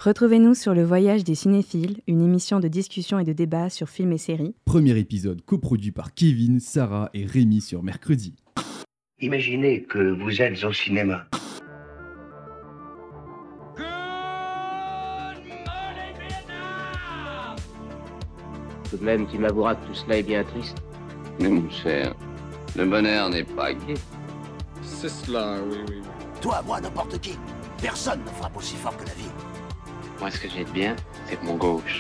Retrouvez-nous sur Le Voyage des Cinéphiles, une émission de discussion et de débat sur films et séries. Premier épisode coproduit par Kevin, Sarah et Rémi sur Mercredi. Imaginez que vous êtes au cinéma. Tout de même, tu m'avoueras que tout cela est bien triste. Mais mon cher, le bonheur n'est pas gai. C'est cela, oui. Toi, moi, n'importe qui. Personne ne frappe aussi fort que la vie. Moi, ce que j'ai de bien, c'est que mon gauche.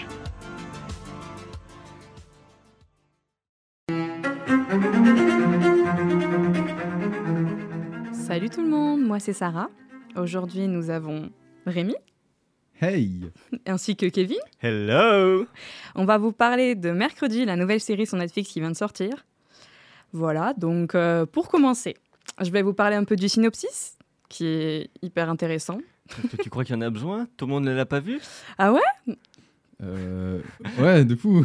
Salut tout le monde, moi c'est Sarah. Aujourd'hui nous avons Rémi. Hey! Ainsi que Kevin. Hello! On va vous parler de Mercredi, la nouvelle série sur Netflix qui vient de sortir. Voilà, donc pour commencer, je vais vous parler un peu du synopsis, qui est hyper intéressant. Tu crois qu'il y en a besoin? Tout le monde ne l'a pas vu? Ah ouais? Ouais, de fou.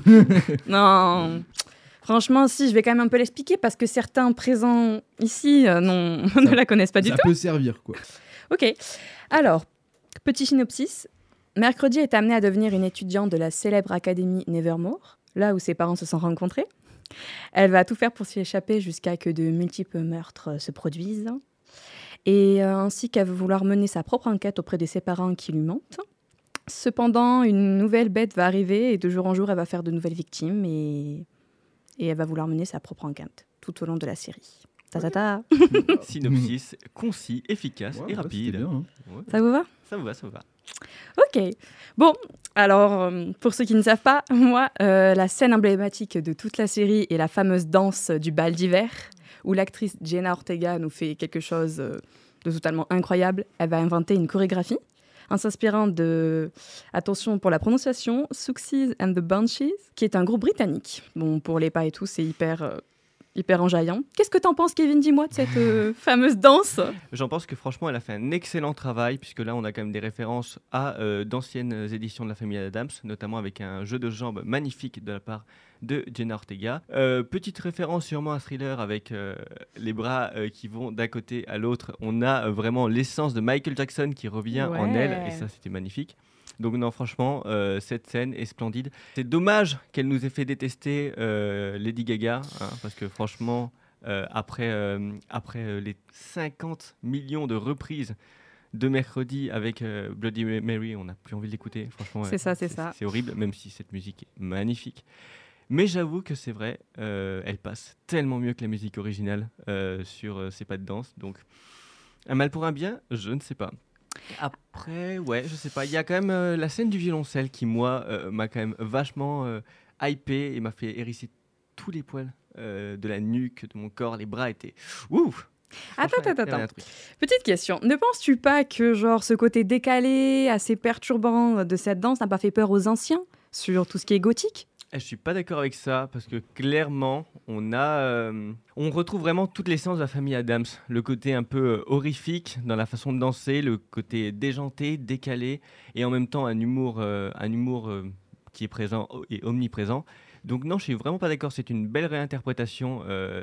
Non, franchement, si, je vais quand même un peu l'expliquer parce que certains présents ici ne la connaissent pas du tout. Ça peut servir, quoi. Ok, alors, petit synopsis. Mercredi est amenée à devenir une étudiante de la célèbre académie Nevermore, là où ses parents se sont rencontrés. Elle va tout faire pour s'y échapper jusqu'à que de multiples meurtres se produisent. Et ainsi qu'elle veut vouloir mener sa propre enquête auprès de ses parents qui lui mentent. Cependant, une nouvelle bête va arriver et de jour en jour, elle va faire de nouvelles victimes et elle va vouloir mener sa propre enquête tout au long de la série. Ta-ta-ta. Synopsis concis, efficace et rapide. Bien, hein. Ouais. Ça vous va? Ça vous va. Ok. Bon, alors, pour ceux qui ne savent pas, moi, la scène emblématique de toute la série est la fameuse danse du bal d'hiver, où l'actrice Jenna Ortega nous fait quelque chose de totalement incroyable. Elle va inventer une chorégraphie en s'inspirant de, attention pour la prononciation, Suxies and the Banshees, qui est un groupe britannique. Bon, pour les pas et tout, c'est hyper enjaillant. Qu'est-ce que t'en penses, Kevin? Dis-moi de cette fameuse danse. J'en pense que franchement, elle a fait un excellent travail, puisque là, on a quand même des références à d'anciennes éditions de la famille Addams, notamment avec un jeu de jambes magnifique de la part de Jenna Ortega. Petite référence sûrement à Thriller avec les bras qui vont d'un côté à l'autre. On a vraiment l'essence de Michael Jackson qui revient en elle, et ça, c'était magnifique. Donc non, franchement, cette scène est splendide. C'est dommage qu'elle nous ait fait détester Lady Gaga, hein, parce que franchement, après les 50 millions de reprises de Mercredi avec Bloody Mary, on n'a plus envie de l'écouter. Franchement, C'est ça. C'est horrible, même si cette musique est magnifique. Mais j'avoue que c'est vrai, elle passe tellement mieux que la musique originale sur ses pas de danse. Donc, un mal pour un bien, je ne sais pas. Après, ouais, je sais pas. Il y a quand même la scène du violoncelle qui, moi, m'a quand même vachement hypé et m'a fait hérisser tous les poils de la nuque, de mon corps. Les bras étaient... Ouf! Attends. Petite question. Ne penses-tu pas que genre ce côté décalé, assez perturbant de cette danse n'a pas fait peur aux anciens sur tout ce qui est gothique? Je suis pas d'accord avec ça parce que clairement, on retrouve vraiment toute l'essence de la famille Addams. Le côté un peu horrifique dans la façon de danser, le côté déjanté, décalé et en même temps un humour qui est présent et omniprésent. Donc non, je suis vraiment pas d'accord. C'est une belle réinterprétation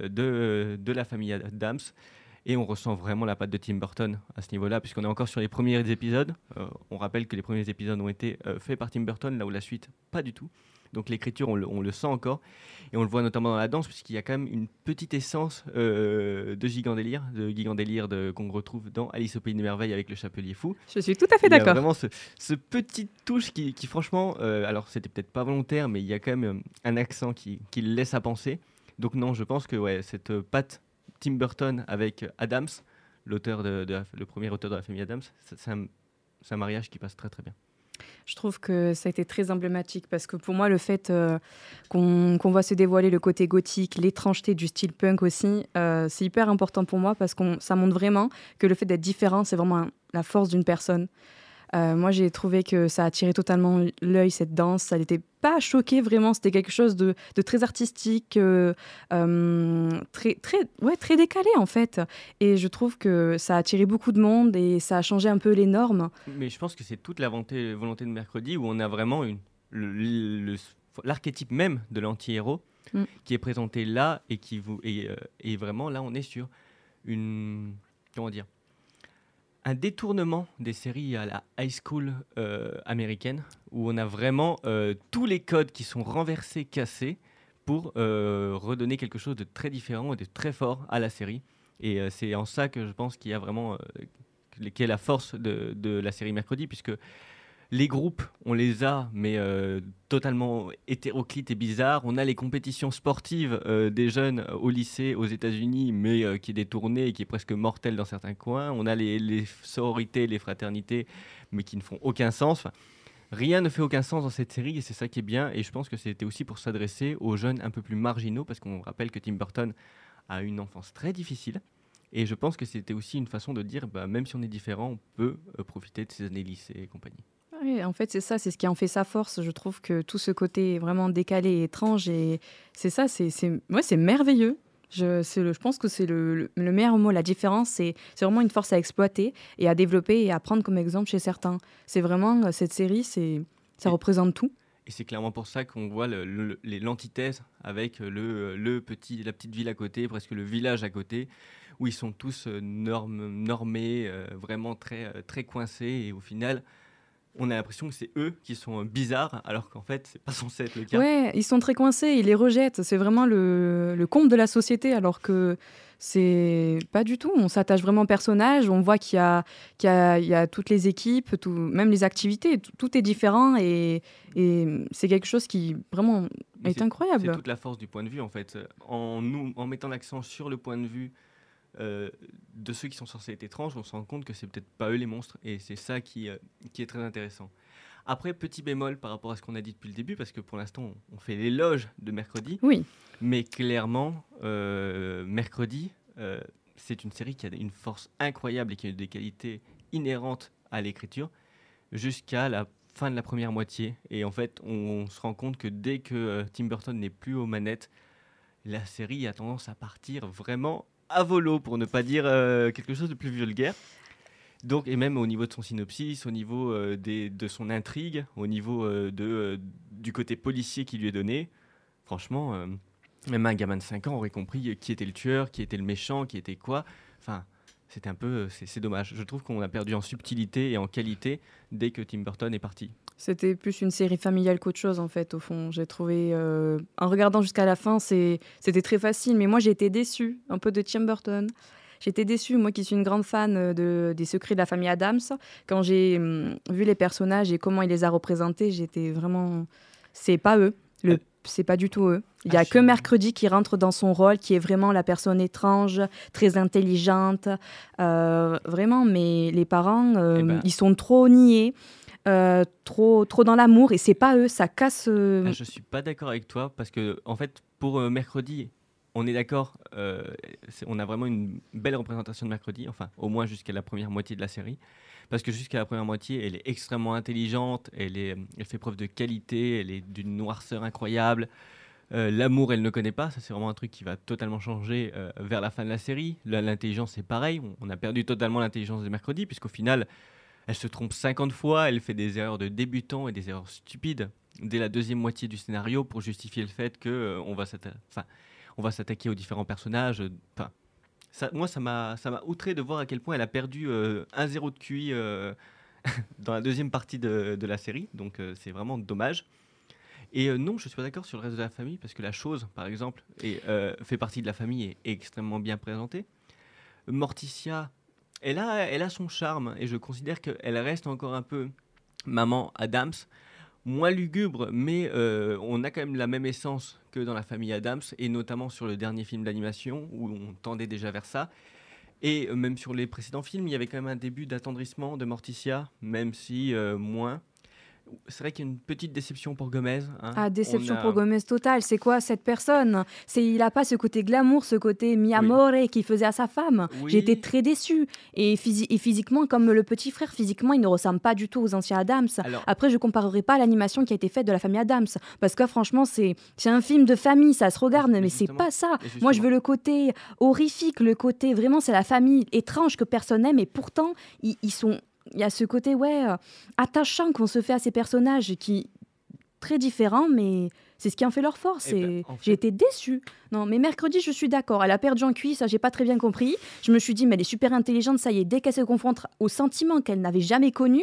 de la famille Addams. Et on ressent vraiment la patte de Tim Burton à ce niveau-là, puisqu'on est encore sur les premiers épisodes. On rappelle que les premiers épisodes ont été faits par Tim Burton, là où la suite, pas du tout. Donc l'écriture, on le sent encore. Et on le voit notamment dans la danse, puisqu'il y a quand même une petite essence de Gigandélire qu'on retrouve dans Alice au Pays des Merveilles avec le Chapelier Fou. Je suis tout à fait d'accord. Il y a vraiment ce petit touche qui franchement, alors c'était peut-être pas volontaire, mais il y a quand même un accent qui le laisse à penser. Donc non, je pense que ouais, cette patte Tim Burton avec Addams, le premier auteur de la famille Addams, c'est un mariage qui passe très très bien. Je trouve que ça a été très emblématique parce que pour moi, le fait qu'on voit se dévoiler le côté gothique, l'étrangeté du style punk aussi, c'est hyper important pour moi parce que ça montre vraiment que le fait d'être différent, c'est vraiment la force d'une personne. Moi, j'ai trouvé que ça attirait totalement l'œil, cette danse. Ça n'était pas choqué, vraiment. C'était quelque chose de très artistique, très décalé, en fait. Et je trouve que ça a attiré beaucoup de monde et ça a changé un peu les normes. Mais je pense que c'est toute la volonté de Mercredi où on a vraiment l'archétype même de l'anti-héros qui est présenté là et vraiment, là, on est sur une... Comment dire ? un détournement des séries à la high school américaine, où on a vraiment tous les codes qui sont renversés, cassés, pour redonner quelque chose de très différent et de très fort à la série. Et c'est en ça que je pense qu'il y a vraiment qui est la force de la série Mercredi, puisque les groupes, on les a, mais totalement hétéroclites et bizarres. On a les compétitions sportives des jeunes au lycée aux États-Unis, mais qui est détournée et qui est presque mortelle dans certains coins. On a les sororités, les fraternités, mais qui ne font aucun sens. Enfin, rien ne fait aucun sens dans cette série et c'est ça qui est bien. Et je pense que c'était aussi pour s'adresser aux jeunes un peu plus marginaux, parce qu'on rappelle que Tim Burton a une enfance très difficile. Et je pense que c'était aussi une façon de dire, même si on est différent, on peut profiter de ses années lycée et compagnie. Oui, en fait, c'est ça, c'est ce qui en fait sa force. Je trouve que tout ce côté vraiment décalé et étrange, et c'est ça, c'est merveilleux. Je pense que c'est le meilleur mot. La différence, c'est vraiment une force à exploiter et à développer et à prendre comme exemple chez certains. C'est vraiment, cette série, ça représente tout. Et c'est clairement pour ça qu'on voit l'antithèse avec la petite ville à côté, presque le village à côté, où ils sont tous normés, vraiment très, très coincés. Et au final, on a l'impression que c'est eux qui sont bizarres, alors qu'en fait, c'est pas censé être le cas. Ouais, ils sont très coincés, ils les rejettent. C'est vraiment le comble de la société, alors que c'est pas du tout. On s'attache vraiment au personnage, on voit qu'il y a toutes les équipes, même les activités, tout est différent et c'est quelque chose qui vraiment est incroyable. C'est toute la force du point de vue, en fait. En mettant l'accent sur le point de vue de ceux qui sont censés être étranges, on se rend compte que c'est peut-être pas eux les monstres, et c'est ça qui est très intéressant. Après, petit bémol par rapport à ce qu'on a dit depuis le début, parce que pour l'instant on fait l'éloge de Mercredi, oui. Mais clairement Mercredi, c'est une série qui a une force incroyable et qui a des qualités inhérentes à l'écriture jusqu'à la fin de la première moitié, et en fait on se rend compte que dès que Tim Burton n'est plus aux manettes, la série a tendance à partir vraiment à volo, pour ne pas dire quelque chose de plus vulgaire. Donc, et même au niveau de son synopsis, au niveau de son intrigue, au niveau du côté policier qui lui est donné, franchement, même un gamin de 5 ans aurait compris qui était le tueur, qui était le méchant, qui était quoi. Enfin, c'était un peu, c'est dommage. Je trouve qu'on a perdu en subtilité et en qualité dès que Tim Burton est parti. C'était plus une série familiale qu'autre chose, en fait, au fond. J'ai trouvé, en regardant jusqu'à la fin, c'était très facile. Mais moi, j'ai été déçue un peu de Tim Burton. J'étais déçue, moi qui suis une grande fan des secrets de la famille Addams. Quand j'ai vu les personnages et comment il les a représentés, j'étais vraiment... C'est pas eux. C'est pas du tout eux. Il n'y a que Mercredi qui rentre dans son rôle, qui est vraiment la personne étrange, très intelligente. Vraiment, mais les parents, ils sont trop niais. Trop dans l'amour, et c'est pas eux, ça casse. Je suis pas d'accord avec toi, parce que en fait pour Mercredi, on est d'accord, on a vraiment une belle représentation de Mercredi, enfin au moins jusqu'à la première moitié de la série, parce que jusqu'à la première moitié elle est extrêmement intelligente, elle fait preuve de qualité, elle est d'une noirceur incroyable. L'amour, elle ne connaît pas, ça c'est vraiment un truc qui va totalement changer vers la fin de la série. L'intelligence, c'est pareil, on a perdu totalement l'intelligence de Mercredi, puisqu'au final elle se trompe 50 fois, elle fait des erreurs de débutant et des erreurs stupides dès la deuxième moitié du scénario pour justifier le fait qu'on va s'attaquer aux différents personnages. Moi, ça m'a outré de voir à quel point elle a perdu 1-0 de QI dans la deuxième partie de la série. Donc, c'est vraiment dommage. Et non, je ne suis pas d'accord sur le reste de la famille, parce que la chose, par exemple, fait partie de la famille et est extrêmement bien présentée. Morticia... Elle a son charme, et je considère qu'elle reste encore un peu maman Addams, moins lugubre, mais on a quand même la même essence que dans la famille Addams, et notamment sur le dernier film d'animation, où on tendait déjà vers ça. Et même sur les précédents films, il y avait quand même un début d'attendrissement de Morticia, même si moins. C'est vrai qu'il y a une petite déception pour Gomez. Déception pour Gomez totale. C'est quoi cette personne ? Il n'a pas ce côté glamour, ce côté mi amore qui faisait à sa femme. Oui. J'ai été très déçue. Et physiquement, comme le petit frère, physiquement, il ne ressemble pas du tout aux anciens Addams. Après, je ne comparerai pas l'animation qui a été faite de la famille Addams. Parce que franchement, c'est un film de famille, ça se regarde, mais c'est pas ça. Moi, je veux le côté horrifique, le côté vraiment, c'est la famille étrange que personne n'aime. Et pourtant, ils sont... Il y a ce côté attachant qu'on se fait à ces personnages qui très différents, mais C'est ce qui en fait leur force. Eh ben, en fait- J'ai été déçue. Non, mais mercredi, je suis d'accord. Elle a perdu en QI, ça, j'ai pas très bien compris. Je me suis dit, mais elle est super intelligente, ça y est, dès qu'elle se confronte aux sentiments qu'elle n'avait jamais connus,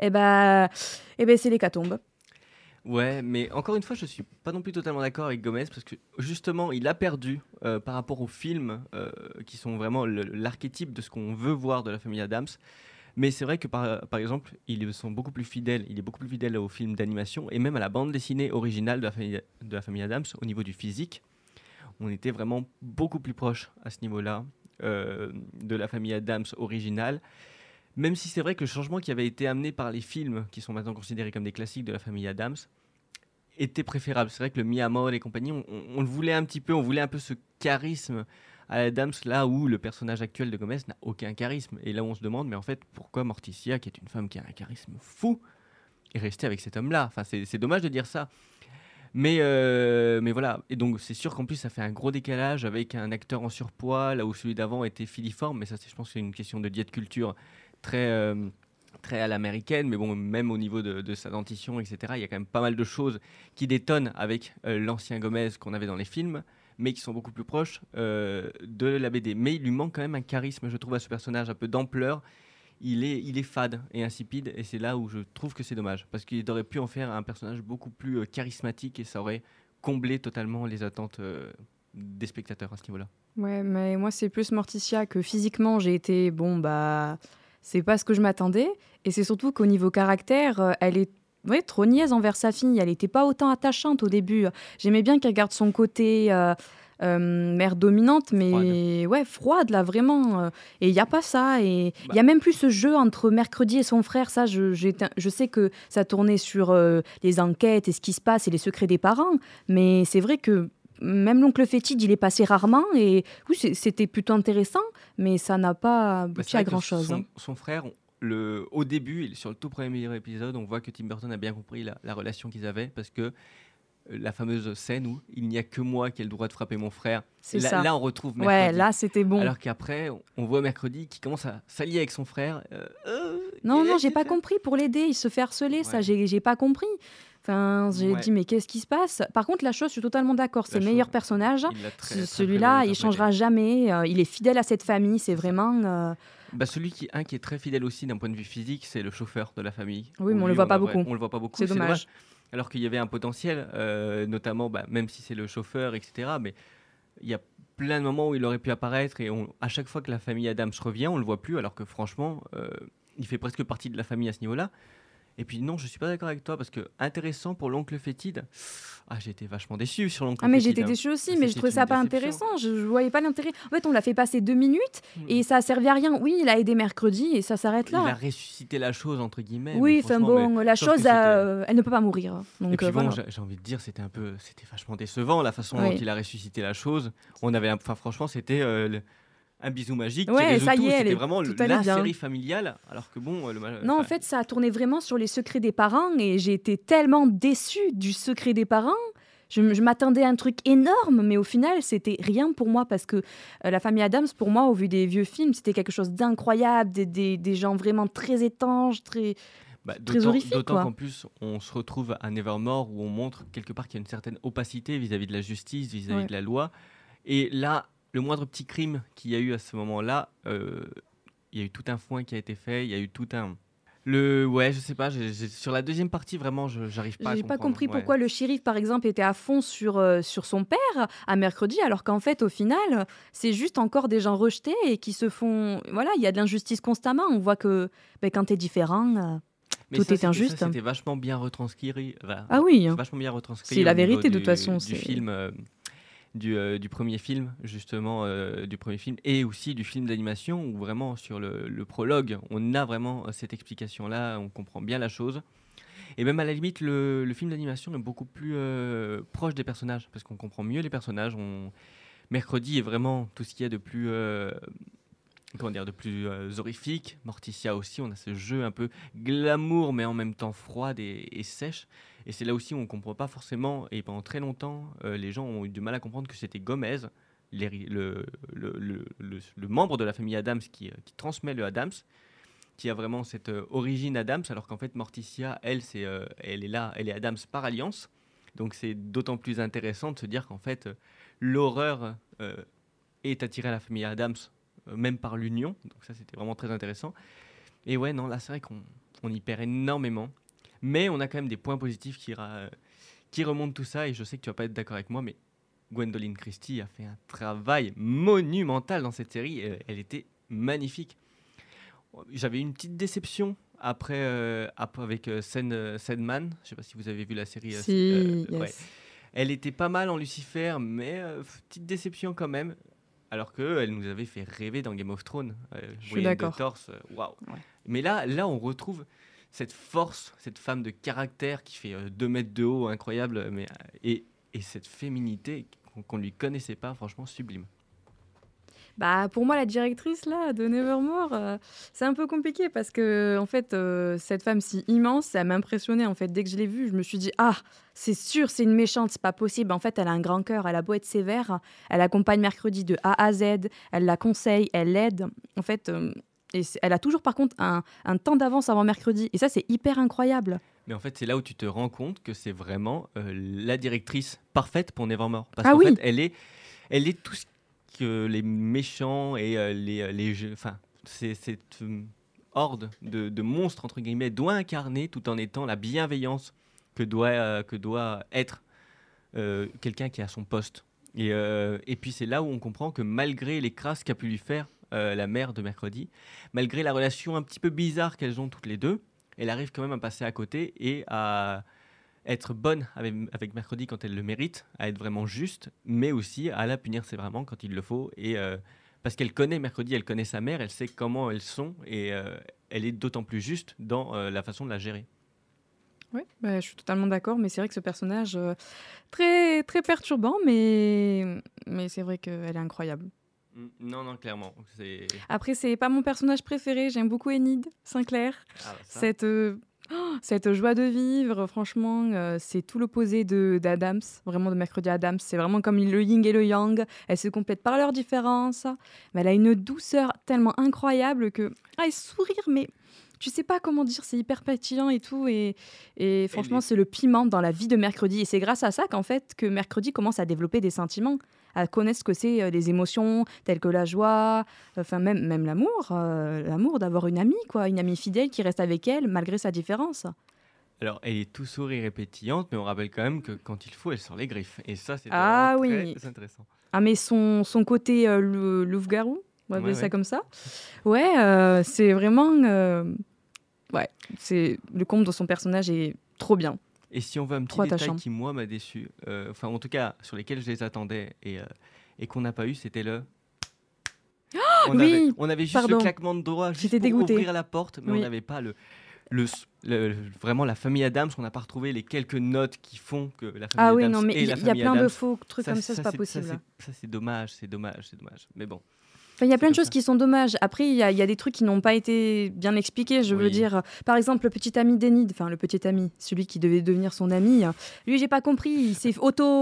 c'est l'hécatombe. Ouais, mais encore une fois, je suis pas non plus totalement d'accord avec Gomez parce que justement, il a perdu par rapport aux films qui sont vraiment l'archétype de ce qu'on veut voir de la famille Addams. Mais c'est vrai que par exemple, ils sont beaucoup plus fidèles. Il est beaucoup plus fidèle aux films d'animation et même à la bande dessinée originale de la famille Addams au niveau du physique. On était vraiment beaucoup plus proche à ce niveau-là de la famille Addams originale. Même si c'est vrai que le changement qui avait été amené par les films, qui sont maintenant considérés comme des classiques de la famille Addams, était préférable. C'est vrai que le Mia Mole et compagnie, on le voulait un petit peu, on voulait un peu ce charisme à Addams, là où le personnage actuel de Gomez n'a aucun charisme. Et là où on se demande, mais en fait, pourquoi Morticia, qui est une femme qui a un charisme fou, est restée avec cet homme-là. Enfin, c'est dommage de dire ça. Mais voilà, et donc c'est sûr qu'en plus ça fait un gros décalage avec un acteur en surpoids, là où celui d'avant était filiforme, mais ça je pense que c'est une question de diète culture très, très à l'américaine, mais bon, même au niveau de sa dentition, etc., il y a quand même pas mal de choses qui détonnent avec l'ancien Gomez qu'on avait dans les films, mais qui sont beaucoup plus proches de la BD. Mais il lui manque quand même un charisme, je trouve, à ce personnage, un peu d'ampleur. Il est fade et insipide, et c'est là où je trouve que c'est dommage, parce qu'il aurait pu en faire un personnage beaucoup plus charismatique, et ça aurait comblé totalement les attentes des spectateurs à ce niveau-là. Ouais, mais moi, c'est plus Morticia que physiquement, j'ai été, c'est pas ce que je m'attendais. Et c'est surtout qu'au niveau caractère, elle est trop niaise envers sa fille. Elle n'était pas autant attachante au début. J'aimais bien qu'elle garde son côté mère dominante, mais froide, là, vraiment. Et il n'y a pas ça. Et il y a même plus ce jeu entre Mercredi et son frère. Ça, je sais que ça tournait sur les enquêtes et ce qui se passe et les secrets des parents. Mais c'est vrai que même l'oncle Fétide, il est passé rarement. Et oui, c'était plutôt intéressant, mais ça n'a pas abouti à grand-chose. Son frère, au début, sur le tout premier épisode, on voit que Tim Burton a bien compris la relation qu'ils avaient, parce que la fameuse scène où il n'y a que moi qui ai le droit de frapper mon frère. Là, on retrouve Mercredi. Ouais, là, c'était bon. Alors qu'après, on voit Mercredi qui commence à s'allier avec son frère. Non, j'ai pas compris. Pour l'aider, il se fait harceler, ça, j'ai pas compris. Enfin, j'ai dit, mais qu'est-ce qui se passe? Par contre, la chose, je suis totalement d'accord. C'est le meilleur personnage. Celui-là, il changera jamais. Il est fidèle à cette famille. C'est vraiment... celui qui est très fidèle aussi d'un point de vue physique, c'est le chauffeur de la famille. Oui, mais on le voit pas beaucoup. On le voit pas beaucoup. C'est dommage. Alors qu'il y avait un potentiel, notamment, même si c'est le chauffeur, etc. Mais il y a plein de moments où il aurait pu apparaître, et à chaque fois que la famille Addams revient, on le voit plus, alors que franchement, il fait presque partie de la famille à ce niveau-là. Et puis non, je suis pas d'accord avec toi, parce que intéressant pour l'oncle Fétide. J'ai été vachement déçu sur l'oncle Fétide. Mais j'étais déçue aussi, mais je trouvais ça pas intéressant. Je voyais pas l'intérêt. En fait, on l'a fait passer 2 minutes et ça a servi à rien. Oui, il a aidé Mercredi et ça s'arrête là. Il a ressuscité la chose, entre guillemets. Oui, enfin bon, la chose, elle ne peut pas mourir. Donc, et puis voilà. j'ai envie de dire, c'était vachement décevant la façon dont il a ressuscité la chose. Franchement, c'était un bisou magique qui résout tout. C'était vraiment la série familiale, alors que bon... Non, en fait, ça a tourné vraiment sur les secrets des parents, et j'ai été tellement déçue du secret des parents. Je m'attendais à un truc énorme, mais au final, c'était rien pour moi, parce que la famille Addams, pour moi, au vu des vieux films, c'était quelque chose d'incroyable, des gens vraiment très étanches, très horrifiques. D'autant qu'en plus, on se retrouve à Nevermore, où on montre quelque part qu'il y a une certaine opacité vis-à-vis de la justice, vis-à-vis de la loi. Et là, le moindre petit crime qu'il y a eu à ce moment-là, il y a eu tout un foin qui a été fait, il y a eu tout un... je sais pas, sur la deuxième partie, vraiment, j'arrive pas à comprendre. J'ai pas compris pourquoi le shérif, par exemple, était à fond sur son père à Mercredi, alors qu'en fait, au final, c'est juste encore des gens rejetés et qui se font... Voilà, il y a de l'injustice constamment. On voit que quand t'es différent... tout est injuste. C'était vachement bien retranscrit. Oui. Vachement bien retranscrit. C'est la vérité, de toute façon. Du film... Du premier film, justement, du premier film, et aussi du film d'animation, où vraiment, sur le prologue, on a vraiment cette explication-là, on comprend bien la chose. Et même à la limite, le film d'animation est beaucoup plus proche des personnages, parce qu'on comprend mieux les personnages. Mercredi est vraiment tout ce qu'il y a de plus... de plus horrifique. Morticia aussi, on a ce jeu un peu glamour, mais en même temps froide et sèche. Et c'est là aussi où on ne comprend pas forcément, et pendant très longtemps, les gens ont eu du mal à comprendre que c'était Gomez, le membre de la famille Addams qui transmet le Addams, qui a vraiment cette origine Addams, alors qu'en fait Morticia, elle est Addams par alliance. Donc c'est d'autant plus intéressant de se dire qu'en fait, l'horreur est attirée à la famille Addams, même par l'union. Donc ça, c'était vraiment très intéressant. Et ouais, non, là, c'est vrai qu'on y perd énormément. Mais on a quand même des points positifs qui remontent tout ça. Et je sais que tu vas pas être d'accord avec moi, mais Gwendoline Christie a fait un travail monumental dans cette série. Elle était magnifique. J'avais une petite déception après avec Sandman. Je ne sais pas si vous avez vu la série. Si, yes. Ouais. Elle était pas mal en Lucifer, mais petite déception quand même. Alors qu'elle nous avait fait rêver dans Game of Thrones. Je suis d'accord. De torse, waouh. Ouais. Mais là, on retrouve cette force, cette femme de caractère qui fait 2 mètres de haut, incroyable, et cette féminité qu'on ne lui connaissait pas, franchement sublime. Bah, pour moi, la directrice là, de Nevermore, c'est un peu compliqué parce que en fait, cette femme si immense, ça m'impressionnait. En fait, dès que je l'ai vue, je me suis dit ah, c'est sûr, c'est une méchante, c'est pas possible. En fait, elle a un grand cœur, elle a beau être sévère, elle accompagne Mercredi de A à Z, elle la conseille, elle l'aide. En fait, elle a toujours par contre un temps d'avance avant Mercredi, et ça, c'est hyper incroyable. Mais en fait, c'est là où tu te rends compte que c'est vraiment la directrice parfaite pour Nevermore. Parce Ah qu'en oui. fait, elle est tout ce que les méchants et cette horde de monstres, entre guillemets, doit incarner tout en étant la bienveillance que doit être quelqu'un qui est à son poste. Et puis c'est là où on comprend que malgré les crasses qu'a pu lui faire la mère de Mercredi, malgré la relation un petit peu bizarre qu'elles ont toutes les deux, elle arrive quand même à passer à côté et à être bonne avec Mercredi quand elle le mérite, à être vraiment juste, mais aussi à la punir sévèrement quand il le faut. Et parce qu'elle connaît Mercredi, elle connaît sa mère, elle sait comment elles sont, et elle est d'autant plus juste dans la façon de la gérer. Oui, bah, je suis totalement d'accord, mais c'est vrai que ce personnage, très, très perturbant, mais c'est vrai qu'elle est incroyable. Non, clairement. Après, c'est pas mon personnage préféré, j'aime beaucoup Enid Sinclair. Ah, ça. Cette joie de vivre, franchement, c'est tout l'opposé d'Addams, vraiment de Mercredi Addams. C'est vraiment comme le yin et le yang. Elles se complètent par leurs différences. Mais elle a une douceur tellement incroyable que... Ah, et sourire, mais tu sais pas comment dire, c'est hyper pétillant et tout. Et franchement, c'est le piment dans la vie de Mercredi. Et c'est grâce à ça qu'en fait, que Mercredi commence à développer des sentiments, à connaître ce que c'est des émotions telles que la joie, enfin même l'amour, l'amour d'avoir une amie, quoi, une amie fidèle qui reste avec elle malgré sa différence. Alors, elle est tout sourire et pétillante, mais on rappelle quand même que quand il faut, elle sort les griffes. Et ça, c'est très intéressant. Ah, mais son côté loup-garou, on va appeler ça comme ça. Ouais, c'est vraiment... c'est le comble de son personnage est trop bien. Et si on veut un petit détail qui, moi, m'a déçu, enfin, en tout cas, sur lesquels je les attendais et qu'on n'a pas eu, c'était le... On avait juste le claquement de doigts juste pour ouvrir la porte, mais on n'avait pas vraiment la famille Addams. On n'a pas retrouvé les quelques notes qui font que la famille Addams mais et la famille Addams... il y a plein de faux trucs comme ça, c'est pas possible. Ça, c'est dommage. Mais bon. Enfin, il y a plein de choses qui sont dommages. Après, il y a des trucs qui n'ont pas été bien expliqués. Je veux dire, par exemple, le petit ami d'Enid, enfin le petit ami, celui qui devait devenir son ami. Lui, j'ai pas compris. Il s'est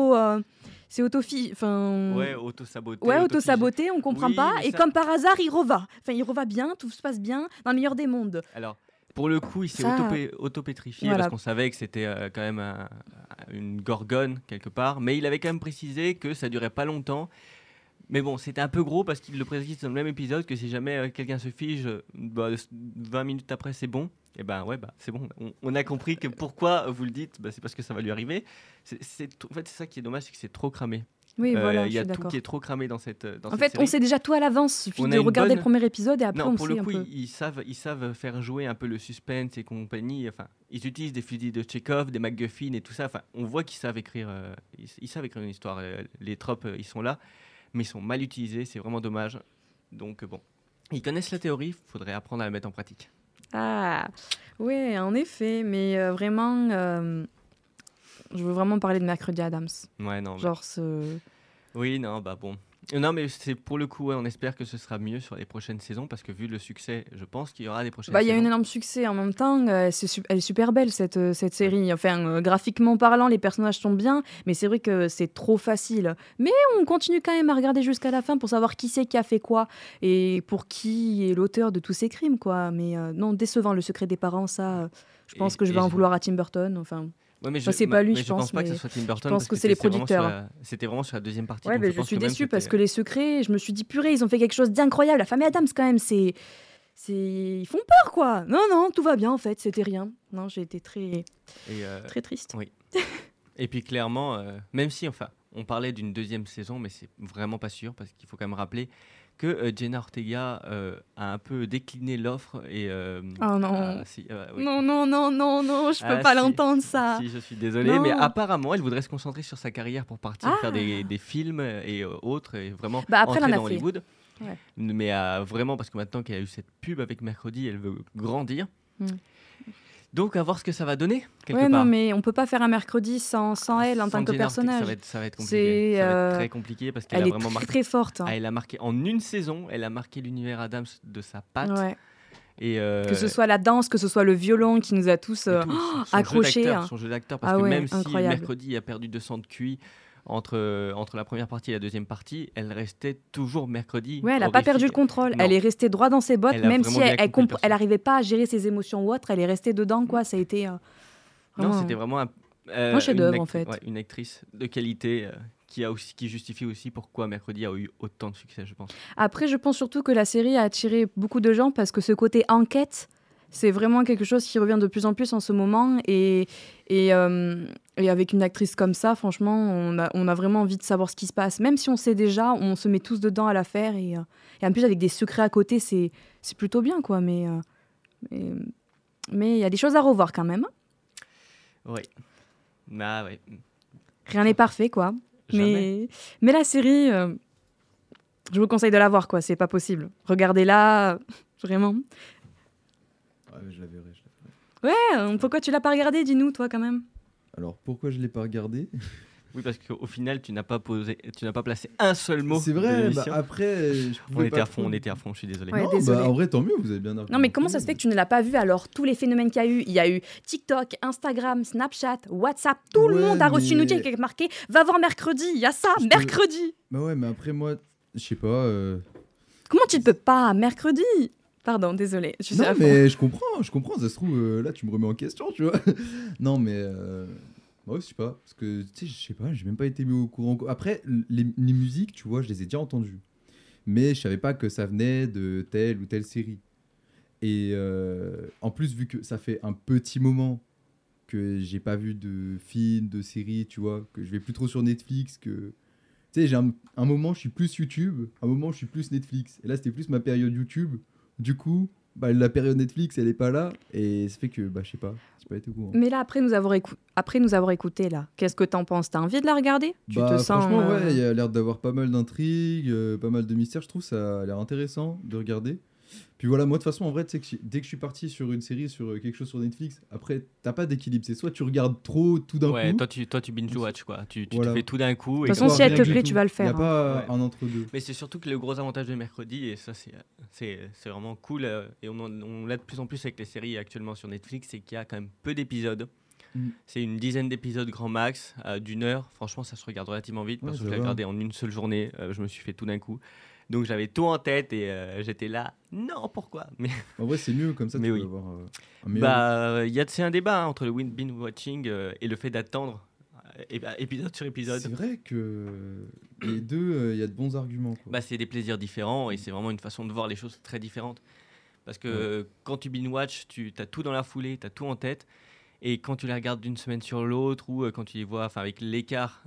auto-saboté, on comprend pas. Et comme par hasard, il reva. Enfin, il reva bien, tout se passe bien, dans le meilleur des mondes. Alors, pour le coup, il s'est auto-pétrifié parce qu'on savait que c'était quand même une gorgone quelque part. Mais il avait quand même précisé que ça durait pas longtemps. Mais bon, c'était un peu gros parce qu'il le précise dans le même épisode que si jamais quelqu'un se fige, 20 minutes après, c'est bon. Et c'est bon. On a compris que pourquoi vous le dites, c'est parce que ça va lui arriver. En fait, c'est ça qui est dommage, c'est que c'est trop cramé. Oui, voilà, il y a tout qui est trop cramé dans cette série. En fait, on sait déjà tout à l'avance. Il suffit de regarder le premier épisode et après on sait un peu. Pour le coup, ils savent faire jouer un peu le suspense et compagnie. Enfin, ils utilisent des fusils de Tchekhov, des MacGuffin et tout ça. Enfin, on voit qu'ils savent écrire. Ils savent écrire une histoire. Les tropes, ils sont là. Mais ils sont mal utilisés, c'est vraiment dommage. Donc bon, ils connaissent la théorie, il faudrait apprendre à la mettre en pratique. Ah, ouais, en effet, mais vraiment, je veux vraiment parler de Mercredi Addams. Ouais, non. Genre Oui, non, bon. Non, mais c'est pour le coup, on espère que ce sera mieux sur les prochaines saisons parce que vu le succès, je pense qu'il y aura des prochaines saisons. Il y a un énorme succès en même temps. Elle est super belle cette série. Enfin, graphiquement parlant, les personnages sont bien, mais c'est vrai que c'est trop facile. Mais on continue quand même à regarder jusqu'à la fin pour savoir qui c'est qui a fait quoi et pour qui est l'auteur de tous ces crimes, quoi. Mais non, décevant, le secret des parents, ça, je pense que je vais en vouloir à Tim Burton. Enfin. Ouais, mais Enfin, c'est pas lui, mais je pense, pas que mais ce soit Tim Burton. je pense parce que c'est les c'était vraiment producteurs. C'était vraiment sur la deuxième partie. Ouais, donc mais je pense suis que même déçue c'était- parce que les secrets, je me suis dit purée, ils ont fait quelque chose d'incroyable. La famille Adams, quand même, ils font peur, quoi. Non, tout va bien, en fait, c'était rien. Non, j'ai été très, Et, très triste. oui. Et puis clairement, même si, enfin, on parlait d'une deuxième saison, mais c'est vraiment pas sûr parce qu'il faut quand même rappeler que Jenna Ortega a un peu décliné l'offre et. Oh non. Oui. Non, je peux Ah, pas si. l'entendre, ça. Si, je suis désolé, Non. mais apparemment, elle voudrait se concentrer sur sa carrière pour partir Ah. faire des films et autres, et vraiment Bah, après, elle entrer en a dans fait. Hollywood. Ouais. Mais vraiment, parce que maintenant qu'elle a eu cette pub avec Mercredi, elle veut grandir. Mm. Donc, à voir ce que ça va donner, quelque Ouais, part. non, mais on peut pas faire un mercredi sans elle en Sans tant que Jenna Ortega, personnage. ça va être compliqué. C'est, Ça va être très compliqué parce qu'elle Elle a est vraiment très, marqué. très forte. Hein. Ah, elle a marqué en une saison, elle a marqué l'univers Adams de sa patte. Ouais. Et, Que ce soit la danse, que ce soit le violon qui nous a tous et tout, son accrochés. Son jeu d'acteur, parce Ah que ouais, même si incroyable. Mercredi a perdu 200 de QI entre la première partie et la deuxième partie, elle restait toujours Mercredi. Ouais, elle n'a pas perdu le contrôle. Non. Elle est restée droit dans ses bottes, Elle a même vraiment si bien compris le personnage. elle n'arrivait pas à gérer ses émotions ou autre. Elle est restée dedans, quoi. Ça a été. Non, c'était vraiment un chef-d'œuvre, en fait. Ouais, une actrice de qualité qui justifie aussi pourquoi Mercredi a eu autant de succès, je pense. Après, je pense surtout que la série a attiré beaucoup de gens parce que ce côté enquête, c'est vraiment quelque chose qui revient de plus en plus en ce moment. Et avec une actrice comme ça, franchement, on a vraiment envie de savoir ce qui se passe. Même si on sait déjà, on se met tous dedans à l'affaire. Et en plus, avec des secrets à côté, c'est plutôt bien, quoi. Mais il y a des choses à revoir quand même. Oui. Ah, ouais. Rien n'est parfait, quoi. Jamais. Mais la série, je vous conseille de la voir, quoi. C'est pas possible. Regardez-la, vraiment. Ouais, je la verrai. Ouais, pourquoi tu l'as pas regardée, dis-nous, toi, quand même. Alors, pourquoi je l'ai pas regardé? Oui, parce qu'au final, tu n'as pas placé un seul mot. C'est de vrai, l'émission. après, je on pouvais était pas à fond, trop. on était à fond, je suis désolé. Ouais, Non, désolé. en vrai, tant mieux, vous avez bien argumenté. Non, mais comment ça se fait que tu ne l'as pas vu alors? Tous les phénomènes qu'il y a eu, il y a eu TikTok, Instagram, Snapchat, WhatsApp, tout le Ouais, monde a reçu une mais- notice qui est marquée « Va voir mercredi », il y a ça, Je te- mercredi. Bah ouais, mais après, moi, je sais pas. Comment tu ne peux pas, mercredi? Pardon, désolé. Je suis Non, à fond. mais je comprends, ça se trouve, là, tu me remets en question, tu vois. Non, mais. Moi, je sais pas, parce que, tu sais, je sais pas, j'ai même pas été mis au courant. Après, les musiques, tu vois, je les ai déjà entendues. Mais je savais pas que ça venait de telle ou telle série. Et en plus, vu que ça fait un petit moment que j'ai pas vu de film, de série, tu vois, que je vais plus trop sur Netflix, que... Tu sais, j'ai un moment, je suis plus YouTube, un moment, je suis plus Netflix. Et là, c'était plus ma période YouTube. Du coup, bah, la période Netflix, elle est pas là. Et ça fait que, bah, je sais pas, j'ai pas été au courant. Mais là, après nous avoir écouté, là, qu'est-ce que t'en penses? T'as envie de la regarder? Tu Bah, te sens... franchement, ouais, il y a l'air d'avoir pas mal d'intrigues, pas mal de mystères. Je trouve ça a l'air intéressant de regarder. Puis voilà, moi de toute façon, en vrai, tu sais que dès que je suis parti sur une série, sur quelque chose sur Netflix, après, t'as pas d'équilibre. C'est soit tu regardes trop tout d'un Ouais, coup. toi tu binge-watch, quoi. Tu Voilà. te fais tout d'un coup. De et toute façon, comme- si elle te rien du plaît, tout. tu vas le Il faire. n'y a pas Ouais. un entre-deux. Mais c'est surtout que le gros avantage de mercredi, et ça c'est vraiment cool, et on l'a de plus en plus avec les séries actuellement sur Netflix, c'est qu'il y a quand même peu d'épisodes. C'est une dizaine d'épisodes grand max, d'une heure. Franchement, ça se regarde relativement vite, parce Ouais, que je ça l'ai va. regardé en une seule journée. Je me suis fait tout d'un coup. Donc j'avais tout en tête et j'étais là, non, pourquoi? Mais En vrai, c'est mieux comme ça, Mais tu oui. vas avoir un meilleur. c'est un débat entre le binge watching et le fait d'attendre épisode sur épisode. C'est vrai que les deux, il y a de bons arguments. Quoi. Bah, c'est des plaisirs différents et c'est vraiment une façon de voir les choses très différentes. Parce que quand tu binge-watch, tu as tout dans la foulée, tu as tout en tête. Et quand tu les regardes d'une semaine sur l'autre ou quand tu les vois avec l'écart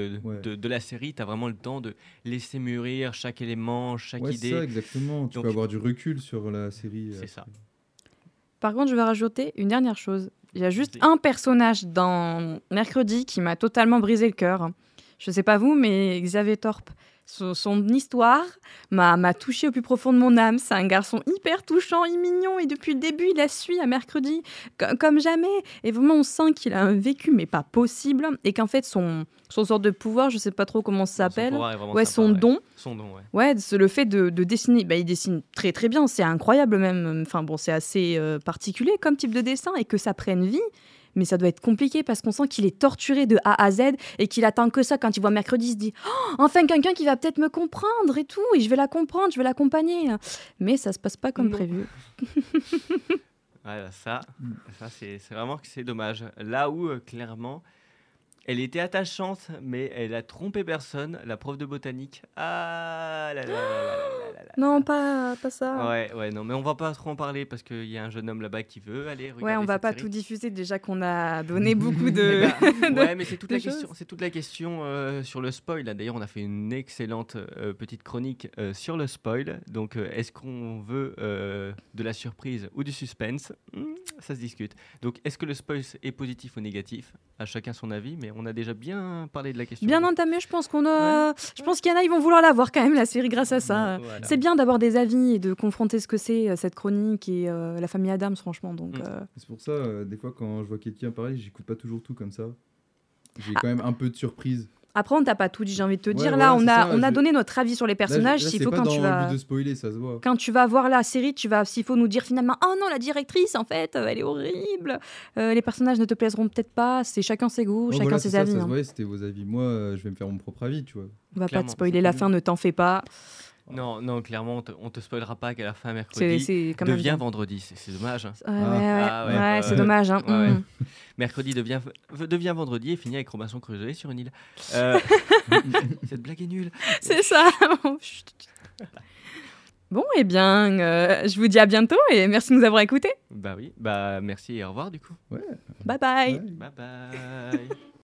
de la série, tu as vraiment le temps de laisser mûrir chaque élément, chaque ouais, idée. c'est ça, exactement. Tu Donc, peux avoir du recul sur la série. C'est ça. Par contre, je vais rajouter une dernière chose. Il y a juste Vas-y. un personnage dans Mercredi qui m'a totalement brisé le cœur. Je sais pas vous, mais Xavier Thorpe, son histoire m'a touché au plus profond de mon âme. C'est un garçon hyper touchant et mignon. Et depuis le début, il la suit à Mercredi comme jamais. Et vraiment, on sent qu'il a un vécu, mais pas possible. Et qu'en fait, son sorte de pouvoir, je sais pas trop comment ça s'appelle. Son don. Son don, ouais. Ouais, c'est le fait de dessiner. Bah, il dessine très très bien, c'est incroyable même. Enfin bon, c'est assez particulier comme type de dessin et que ça prenne vie. Mais ça doit être compliqué parce qu'on sent qu'il est torturé de A à Z et qu'il attend que ça. Quand il voit mercredi, il se dit oh, enfin quelqu'un qui va peut-être me comprendre et tout. Et je vais la comprendre, je vais l'accompagner. Mais ça se passe pas comme Non. prévu. Voilà, ça c'est vraiment que c'est dommage. Là où, clairement, elle était attachante, mais elle a trompé personne, la prof de botanique. Ah là là là là là là là. Non, pas ça. Ouais, non, mais on va pas trop en parler parce qu'il y a un jeune homme là-bas qui veut aller regarder Ouais, on va cette pas série. tout diffuser déjà qu'on a donné beaucoup de. Eh ben, ouais, mais c'est toute de la choses. question. C'est toute la question sur le spoil. Là, d'ailleurs, on a fait une excellente petite chronique sur le spoil. Donc, est-ce qu'on veut de la surprise ou du suspense? Ça se discute. Donc, est-ce que le spoil est positif ou négatif? À chacun son avis, mais on a déjà bien parlé de la question. Bien entamé, je pense qu'on a. Je pense qu'il y en a, ils vont vouloir la voir quand même, la série, grâce à ça. Voilà. C'est bien d'avoir des avis et de confronter ce que c'est, cette chronique et la famille Adams, franchement. Donc, C'est pour ça, des fois, quand je vois quelqu'un parler, j'écoute pas toujours tout comme ça. J'ai quand même un peu de surprise. Après, on t'a pas tout dit, j'ai envie de te Ouais, dire. voilà, Là, c'est ça, on a je- donné notre avis sur les personnages. Là, S'il c'est faut pas quand dans tu le vas. but de spoiler, ça se voit. Quand tu vas voir la série, s'il faut nous dire finalement, oh non, la directrice, en fait, elle est horrible. Les personnages ne te plaiseront peut-être pas. C'est chacun ses goûts, Ouais, chacun voilà, ses c'est ça, avis. ça se hein. voyait, c'était vos avis. Moi, je vais me faire mon propre avis, tu vois. On va pas Clairement, te spoiler c'est la cool. fin, ne t'en fais pas. Non, clairement, on te spoilera pas qu'à la fin mercredi C'est quand même devient bien. vendredi. C'est dommage. Hein. Ouais, c'est dommage. Hein. Ouais. Mm. Mercredi devient vendredi et finit avec Robinson Crusoe sur une île. Cette blague est nulle. C'est ça. Chut. Bon, eh bien, je vous dis à bientôt et merci de nous avoir écoutés. Bah oui, bah merci et au revoir du coup. Ouais. Bye bye. Ouais. Bye bye.